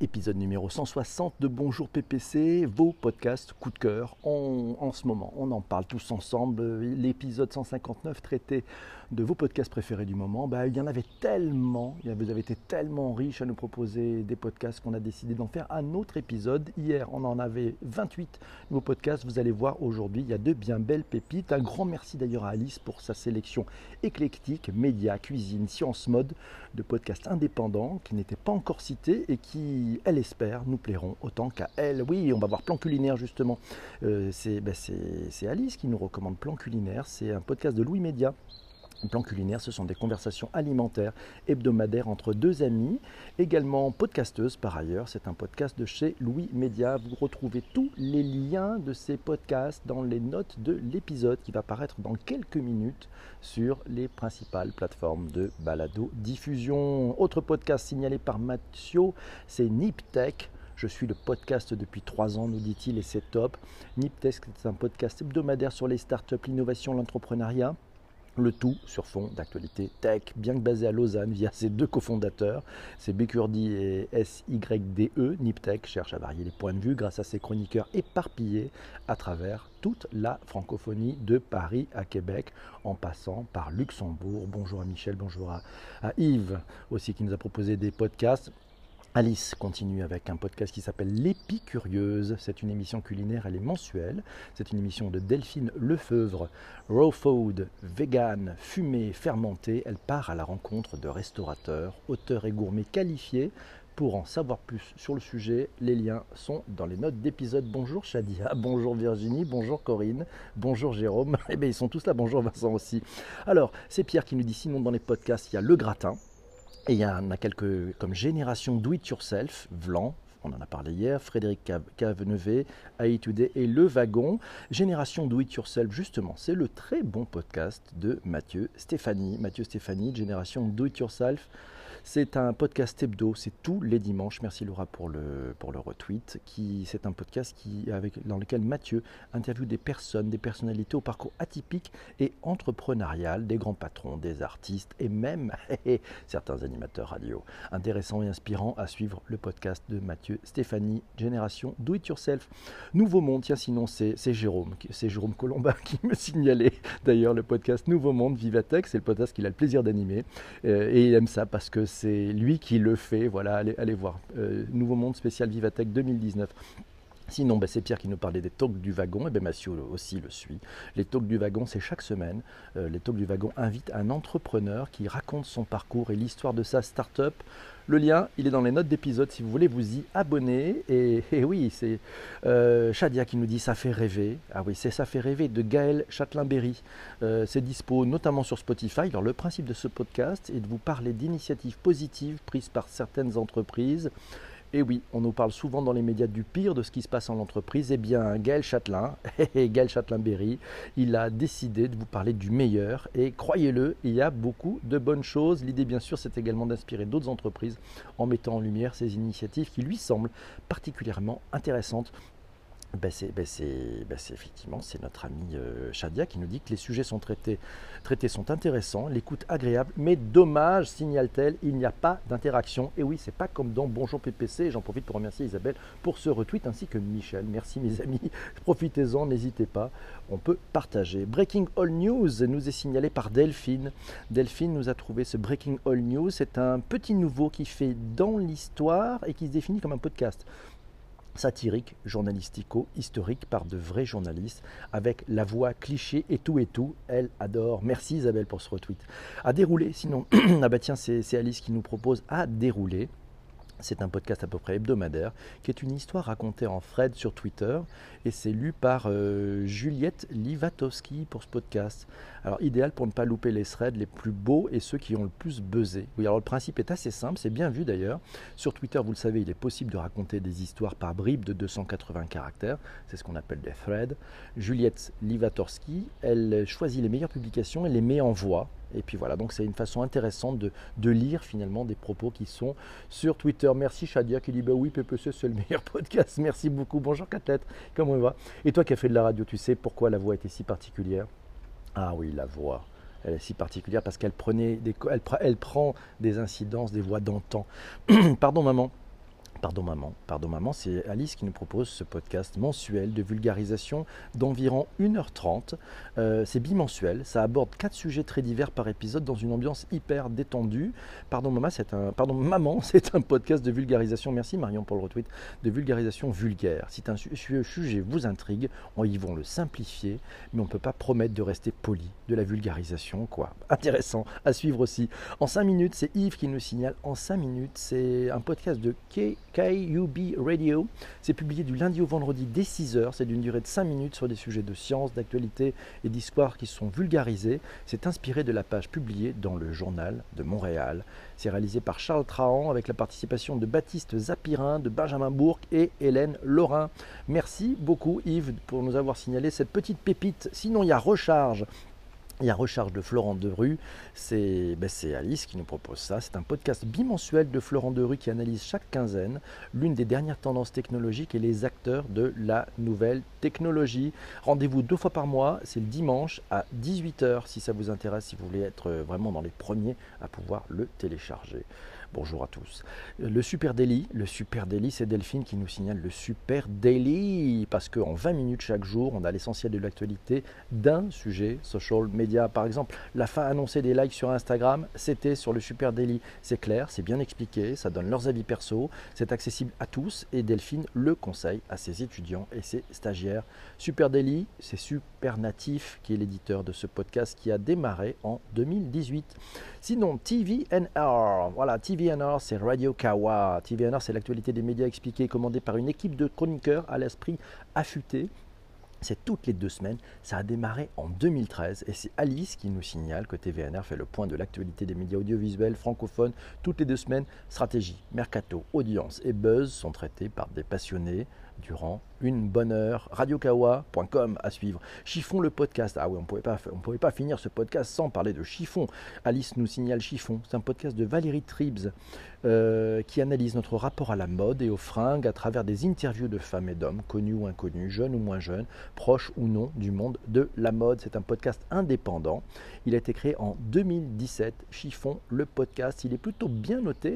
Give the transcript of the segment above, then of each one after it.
Épisode numéro 160 de Bonjour PPC, vos podcasts coup de cœur en ce moment. On en parle tous ensemble. L'épisode 159 traitait de vos podcasts préférés du moment. Il y en avait tellement, vous avez été tellement riches à nous proposer des podcasts qu'on a décidé d'en faire un autre épisode. Hier, on en avait 28 nouveaux podcasts. Vous allez voir aujourd'hui, il y a de bien belles pépites. Un grand merci d'ailleurs à Alice pour sa sélection éclectique, médias, cuisine, science, mode, de podcasts indépendants qui n'étaient pas encore cités et qui, elle espère, nous plairont autant qu'à elle. Oui, on va voir Plan Culinaire justement. C'est Alice qui nous recommande Plan Culinaire. C'est un podcast de Louis Média. Plan Culinaire, ce sont des conversations alimentaires hebdomadaires entre deux amis, également podcasteuse par ailleurs. C'est un podcast de chez Louis Média. Vous retrouvez tous les liens de ces podcasts dans les notes de l'épisode qui va paraître dans quelques minutes sur les principales plateformes de balado-diffusion. Autre podcast signalé par Mathieu, c'est Niptech. Je suis le podcast depuis 3 ans, nous dit-il, et c'est top. Niptech, c'est un podcast hebdomadaire sur les startups, l'innovation, l'entrepreneuriat. Le tout sur fond d'actualité tech, bien que basé à Lausanne via ses deux cofondateurs, c'est Bécurdi et SYDE. Niptech cherche à varier les points de vue grâce à ses chroniqueurs éparpillés à travers toute la francophonie de Paris à Québec, en passant par Luxembourg. Bonjour à Michel, bonjour à Yves aussi qui nous a proposé des podcasts. Alice continue avec un podcast qui s'appelle L'Épicurieuse. C'est une émission culinaire, elle est mensuelle. C'est une émission de Delphine Lefeuvre, raw food, vegan, fumé, fermenté. Elle part à la rencontre de restaurateurs, auteurs et gourmets qualifiés. Pour en savoir plus sur le sujet, les liens sont dans les notes d'épisode. Bonjour Shadia, bonjour Virginie, bonjour Corinne, bonjour Jérôme. Eh bien, ils sont tous là, bonjour Vincent aussi. Alors, c'est Pierre qui nous dit, sinon dans les podcasts, il y a Le Gratin. Et il y en a quelques comme Génération Do It Yourself, Vlan, on en a parlé hier, Frédéric Cavenevet, AI Today et Le Wagon. Génération Do It Yourself, justement, c'est le très bon podcast de Mathieu Stéphanie, Génération Do It Yourself. C'est un podcast hebdo, c'est tous les dimanches. Merci Laura pour le retweet. C'est un podcast dans lequel Mathieu interviewe des personnes, des personnalités au parcours atypique et entrepreneurial, des grands patrons, des artistes et même certains animateurs radio. Intéressant et inspirant à suivre le podcast de Mathieu Stéphanie, Génération Do It Yourself. Nouveau Monde, tiens sinon c'est Jérôme Colombin qui me signalait d'ailleurs le podcast Nouveau Monde Vivatech. C'est le podcast qu'il a le plaisir d'animer et il aime ça parce que c'est lui qui le fait, voilà, allez voir. Nouveau Monde spécial Vivatech 2019. Sinon, c'est Pierre qui nous parlait des talks du wagon, et Mathieu aussi le suit. Les talks du wagon, c'est chaque semaine. Les talks du wagon invitent un entrepreneur qui raconte son parcours et l'histoire de sa start-up. Le lien, il est dans les notes d'épisode si vous voulez vous y abonner. Et oui, c'est Shadia qui nous dit « Ça fait rêver ». Ah oui, c'est « Ça fait rêver » de Gaël Châtelain-Berry. C'est dispo notamment sur Spotify. Alors le principe de ce podcast est de vous parler d'initiatives positives prises par certaines entreprises. Et oui, on nous parle souvent dans les médias du pire de ce qui se passe en entreprise. Eh bien, Gaël Châtelain-Berry, il a décidé de vous parler du meilleur. Et croyez-le, il y a beaucoup de bonnes choses. L'idée, bien sûr, c'est également d'inspirer d'autres entreprises en mettant en lumière ces initiatives qui lui semblent particulièrement intéressantes. Effectivement, c'est notre ami Shadia qui nous dit que les sujets sont traités sont intéressants, l'écoute agréable, mais dommage, signale-t-elle, il n'y a pas d'interaction. Et oui, c'est pas comme dans Bonjour PPC, j'en profite pour remercier Isabelle pour ce retweet ainsi que Michel. Merci mes amis, profitez-en, n'hésitez pas, on peut partager. Breaking All News nous est signalé par Delphine. Delphine nous a trouvé ce Breaking All News, c'est un petit nouveau qui fait dans l'histoire et qui se définit comme un podcast satirique, journalistico-historique par de vrais journalistes avec la voix cliché et tout, elle adore. Merci Isabelle pour ce retweet. À dérouler, sinon, tiens, c'est Alice qui nous propose à dérouler. C'est un podcast à peu près hebdomadaire qui est une histoire racontée en thread sur Twitter et c'est lu par Juliette Livatowski pour ce podcast. Alors idéal pour ne pas louper les threads les plus beaux et ceux qui ont le plus buzzé. Oui, alors le principe est assez simple, c'est bien vu d'ailleurs. Sur Twitter, vous le savez, il est possible de raconter des histoires par bribes de 280 caractères. C'est ce qu'on appelle des threads. Juliette Livatowski, elle choisit les meilleures publications et les met en voix. Et puis voilà, donc c'est une façon intéressante de lire finalement des propos qui sont sur Twitter. Merci Shadia qui dit oui, PPC c'est le meilleur podcast. Merci beaucoup. Bonjour Catlette, comment va? Et toi qui as fait de la radio, tu sais pourquoi la voix était si particulière? Ah oui, la voix. Elle est si particulière parce qu'elle prend des incidences des voix d'antan. Pardon maman. Pardon maman, c'est Alice qui nous propose ce podcast mensuel de vulgarisation d'environ 1h30. C'est bimensuel, ça aborde 4 sujets très divers par épisode dans une ambiance hyper détendue. Pardon maman, c'est un podcast de vulgarisation, merci Marion pour le retweet, de vulgarisation vulgaire. Si un sujet vous intrigue, ils vont le simplifier, mais on ne peut pas promettre de rester poli, de la vulgarisation quoi. Intéressant à suivre aussi. En 5 minutes, c'est Yves qui nous signale, en 5 minutes, c'est un podcast de KUB Radio. C'est publié du lundi au vendredi dès 6h. C'est d'une durée de 5 minutes sur des sujets de science, d'actualité et d'histoire qui sont vulgarisés. C'est inspiré de la page publiée dans le Journal de Montréal. C'est réalisé par Charles Trahan avec la participation de Baptiste Zapirin, de Benjamin Bourque et Hélène Laurin. Merci beaucoup Yves pour nous avoir signalé cette petite pépite. Sinon, il y a Recharge. Il y a Recharge de Florent Derue, c'est Alice qui nous propose ça. C'est un podcast bimensuel de Florent Derue qui analyse chaque quinzaine l'une des dernières tendances technologiques et les acteurs de la nouvelle technologie. Rendez-vous 2 fois par mois, c'est le dimanche à 18h si ça vous intéresse, si vous voulez être vraiment dans les premiers à pouvoir le télécharger. Bonjour à tous. Le Super Daily, c'est Delphine qui nous signale le Super Daily, parce qu'en 20 minutes chaque jour, on a l'essentiel de l'actualité d'un sujet social media. Par exemple, la fin annoncée des likes sur Instagram, c'était sur le Super Daily. C'est clair, c'est bien expliqué, ça donne leurs avis perso, c'est accessible à tous et Delphine le conseille à ses étudiants et ses stagiaires. Super Daily, c'est Super Natif qui est l'éditeur de ce podcast qui a démarré en 2018. Sinon, TVNR, voilà, TVNR, c'est Radio Kawa. TVNR, c'est l'actualité des médias expliquée, commandée par une équipe de chroniqueurs à l'esprit affûté. C'est toutes les 2 semaines, ça a démarré en 2013 et c'est Alice qui nous signale que TVNR fait le point de l'actualité des médias audiovisuels francophones. Toutes les 2 semaines, stratégie, mercato, audience et buzz sont traités par des passionnés durant une bonne heure. Radiokawa.com à suivre. Chiffon le podcast. Ah oui, on ne pouvait pas finir ce podcast sans parler de Chiffon. Alice nous signale Chiffon. C'est un podcast de Valérie Tribes qui analyse notre rapport à la mode et aux fringues à travers des interviews de femmes et d'hommes, connus ou inconnus, jeunes ou moins jeunes, proches ou non du monde de la mode. C'est un podcast indépendant. Il a été créé en 2017. Chiffon le podcast. Il est plutôt bien noté,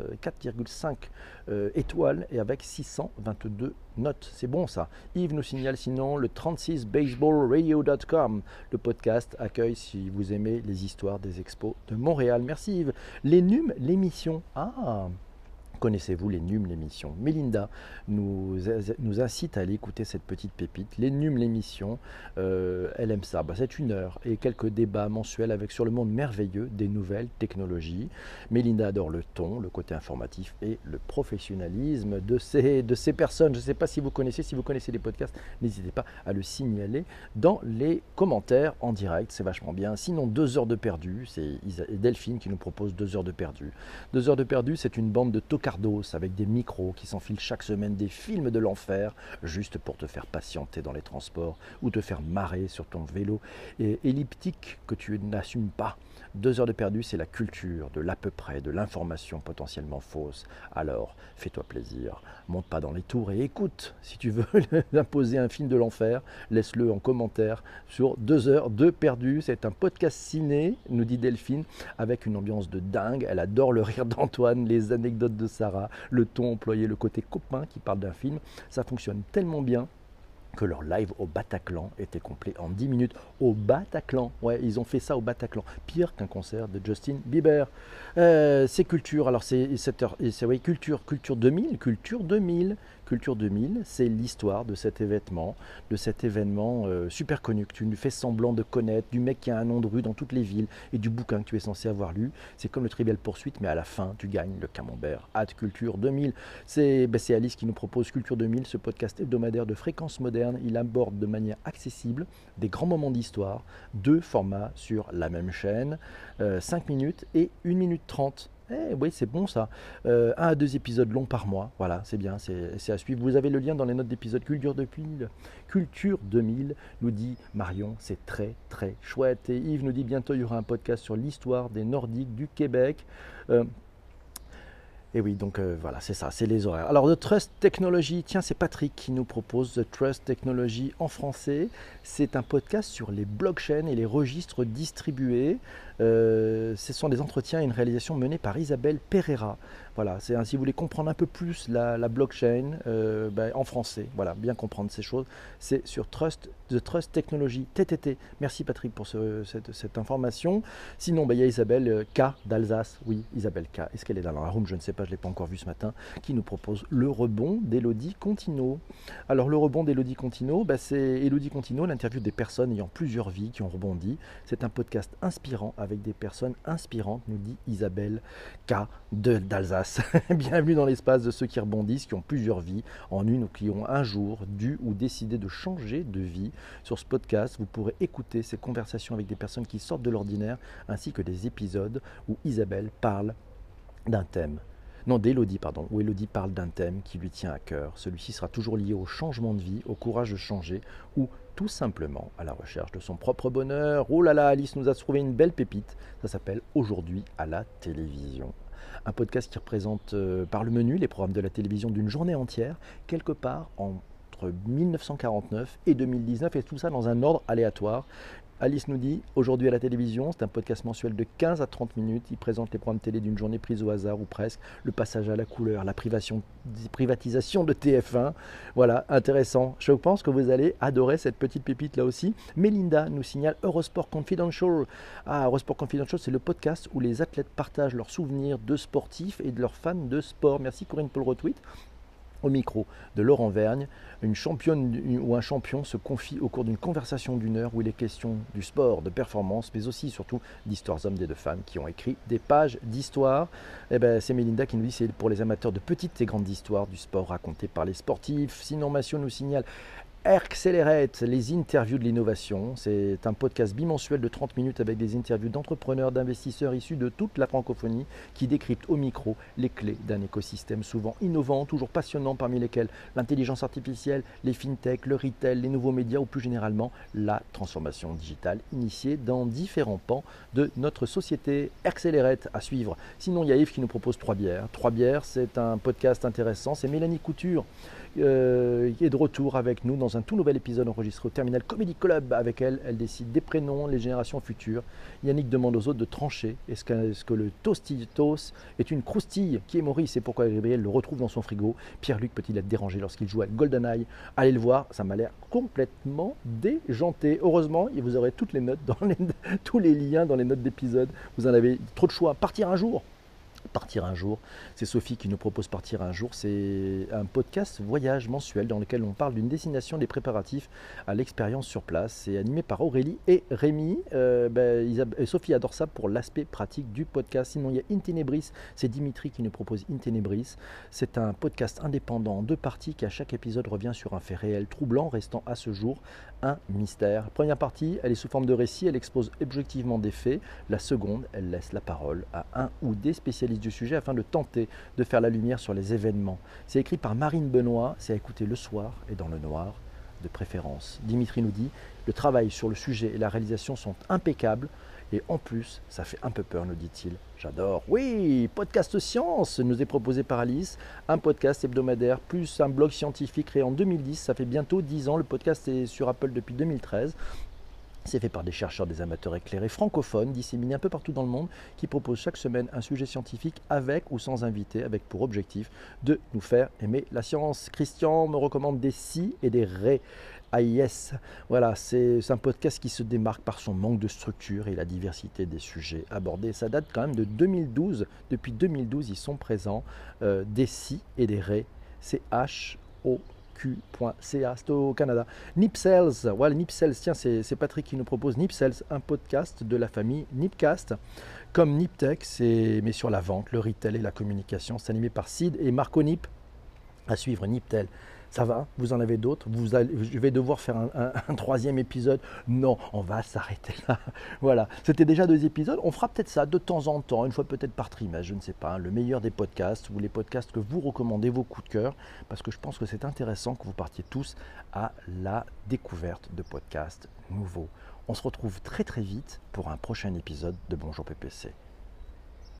4,5 étoiles et avec 622 notes. C'est bon ça. Yves nous signale sinon le 36baseballradio.com. Le podcast accueille si vous aimez les histoires des expos de Montréal. Merci Yves. Les NUM, l'émission. Ah, connaissez-vous les NUM, l'émission? Mélinda nous incite à aller écouter cette petite pépite. Les NUM, l'émission, elle aime ça. C'est 1 heure et quelques débats mensuels avec sur le monde merveilleux des nouvelles technologies. Mélinda adore le ton, le côté informatif et le professionnalisme de ces personnes. Je ne sais pas si vous connaissez les podcasts, n'hésitez pas à le signaler dans les commentaires en direct. C'est vachement bien. Sinon, 2 heures de perdu, c'est Delphine qui nous propose 2 heures de perdu. 2 heures de perdu, c'est une bande de tocardos avec des micros qui s'enfilent chaque semaine des films de l'enfer juste pour te faire patienter dans les transports ou te faire marrer sur ton vélo elliptique que tu n'assumes pas. 2 heures de perdu, c'est la culture de l'à peu près, de l'information potentiellement fausse. Alors, fais-toi plaisir, monte pas dans les tours et écoute. Si tu veux imposer un film de l'enfer, laisse-le en commentaire sur 2 heures de perdu. C'est un podcast ciné, nous dit Delphine, avec une ambiance de dingue. Elle adore le rire d'Antoine, les anecdotes de Sarah, le ton employé, le côté copain qui parle d'un film. Ça fonctionne tellement bien que leur live au Bataclan était complet en 10 minutes. Au Bataclan, ouais, ils ont fait ça au Bataclan. Pire qu'un concert de Justin Bieber. C'est culture, alors c'est oui, culture 2000, Culture 2000, c'est l'histoire de cet événement, super connu que tu fais semblant de connaître, du mec qui a un nom de rue dans toutes les villes et du bouquin que tu es censé avoir lu. C'est comme le Trivial Poursuite, mais à la fin, tu gagnes le camembert. Culture 2000. C'est Alice qui nous propose Culture 2000, ce podcast hebdomadaire de fréquence moderne. Il aborde de manière accessible des grands moments d'histoire, 2 formats sur la même chaîne, 5 minutes et 1 minute 30. Oui, c'est bon ça. 1 à 2 épisodes longs par mois. Voilà, c'est bien, c'est à suivre. Vous avez le lien dans les notes d'épisode. Culture 2000, nous dit Marion, c'est très très chouette. Et Yves nous dit bientôt il y aura un podcast sur l'histoire des Nordiques du Québec. Et oui, donc voilà, c'est ça, c'est les horaires. Alors, The Trust Technology, tiens, c'est Patrick qui nous propose The Trust Technology en français. C'est un podcast sur les blockchains et les registres distribués. Ce sont des entretiens et une réalisation menée par Isabelle Pereira. Voilà, si vous voulez comprendre un peu plus la blockchain en français, voilà, bien comprendre ces choses, c'est sur The Trust Technology, TTT. Merci Patrick pour cette information. Sinon, il y a Isabelle K d'Alsace. Oui, Isabelle K. Est-ce qu'elle est dans la room? Je ne sais pas, je ne l'ai pas encore vue ce matin, qui nous propose le rebond d'Elodie Contino. Alors, le rebond d'Elodie Contino, c'est Elodie Contino, l'interview des personnes ayant plusieurs vies qui ont rebondi. C'est un podcast inspirant avec des personnes inspirantes, nous dit Isabelle K d'Alsace. Bienvenue dans l'espace de ceux qui rebondissent, qui ont plusieurs vies en une ou qui ont un jour dû ou décidé de changer de vie. Sur ce podcast, vous pourrez écouter ces conversations avec des personnes qui sortent de l'ordinaire, ainsi que des épisodes où Isabelle parle d'un thème. Non, d'Elodie, pardon, où Elodie parle d'un thème qui lui tient à cœur. Celui-ci sera toujours lié au changement de vie, au courage de changer ou tout simplement à la recherche de son propre bonheur. Oh là là, Alice nous a trouvé une belle pépite. Ça s'appelle Aujourd'hui à la télévision. Un podcast qui représente par le menu les programmes de la télévision d'une journée entière, quelque part entre 1949 et 2019, et tout ça dans un ordre aléatoire. Alice nous dit, aujourd'hui à la télévision, c'est un podcast mensuel de 15 à 30 minutes. Il présente les programmes télé d'une journée prise au hasard ou presque, le passage à la couleur, la privatisation de TF1. Voilà, intéressant. Je pense que vous allez adorer cette petite pépite là aussi. Mélinda nous signale Eurosport Confidential. Ah, Eurosport Confidential, c'est le podcast où les athlètes partagent leurs souvenirs de sportifs et de leurs fans de sport. Merci Corinne pour le retweet. Au micro de Laurent Vergne, une championne ou un champion se confie au cours d'une conversation d'une heure où il est question du sport, de performance, mais aussi surtout d'histoires hommes et de femmes qui ont écrit des pages d'histoire. C'est Mélinda qui nous dit c'est pour les amateurs de petites et grandes histoires du sport racontées par les sportifs. Sinon, Massio nous signale Accelerate, les interviews de l'innovation. C'est un podcast bimensuel de 30 minutes avec des interviews d'entrepreneurs, d'investisseurs issus de toute la francophonie qui décryptent au micro les clés d'un écosystème souvent innovant, toujours passionnant, parmi lesquels l'intelligence artificielle, les fintech, le retail, les nouveaux médias ou plus généralement la transformation digitale initiée dans différents pans de notre société. Accelerate à suivre. Sinon, il y a Yves qui nous propose 3 bières. 3 bières, c'est un podcast intéressant. C'est Mélanie Couture qui est de retour avec nous dans un tout nouvel épisode enregistré au Terminal Comedy Club. Avec elle, elle décide des prénoms, les générations futures. Yannick demande aux autres de trancher. Est-ce que le Tostitos est une croustille? Qui est Maurice et pourquoi Gabriel le retrouve dans son frigo? Pierre-Luc peut-il être dérangé lorsqu'il joue à GoldenEye? Allez le voir, ça m'a l'air complètement déjanté. Heureusement, vous aurez toutes les notes, tous les liens dans les notes d'épisode. Vous en avez trop de choix. Partir un jour. Partir un jour, c'est Sophie qui nous propose Partir un jour. C'est un podcast voyage mensuel dans lequel on parle d'une destination, des préparatifs à l'expérience sur place. C'est animé par Aurélie et Rémi. Sophie adore ça pour l'aspect pratique du podcast. Sinon, il y a Intenebris, c'est Dimitri qui nous propose Intenebris. C'est un podcast indépendant en 2 parties qui à chaque épisode revient sur un fait réel troublant, restant à ce jour un mystère. Première partie, elle est sous forme de récit, elle expose objectivement des faits. La seconde, elle laisse la parole à un ou des spécialistes du sujet afin de tenter de faire la lumière sur les événements. C'est écrit par Marine Benoît, c'est à écouter le soir et dans le noir de préférence. Dimitri nous dit, le travail sur le sujet et la réalisation sont impeccables et en plus, ça fait un peu peur, nous dit-il. J'adore. Oui, podcast science nous est proposé par Alice, un podcast hebdomadaire plus un blog scientifique créé en 2010, ça fait bientôt 10 ans, le podcast est sur Apple depuis 2013. C'est fait par des chercheurs, des amateurs éclairés francophones, disséminés un peu partout dans le monde, qui proposent chaque semaine un sujet scientifique avec ou sans invité, avec pour objectif de nous faire aimer la science. Christian me recommande des si et des ré. Ah yes, voilà, c'est un podcast qui se démarque par son manque de structure et la diversité des sujets abordés. Ça date quand même de 2012. Depuis 2012, ils sont présents. Des si et des ré. C'est Q.ca, c'est au Canada. Nipsels, voilà, Nipsels, tiens, c'est Patrick qui nous propose Nipsels, un podcast de la famille Nipcast, comme Niptech, mais sur la vente, le retail et la communication. C'est animé par Sid et Marco Nip. À suivre, Niptel. Ça va? Vous en avez d'autres? Je vais devoir faire un 3e épisode? Non, on va s'arrêter là. Voilà, c'était déjà 2 épisodes. On fera peut-être ça de temps en temps, une fois peut-être par trimestre, je ne sais pas. Le meilleur des podcasts ou les podcasts que vous recommandez, vos coups de cœur, parce que je pense que c'est intéressant que vous partiez tous à la découverte de podcasts nouveaux. On se retrouve très très vite pour un prochain épisode de Bonjour PPC.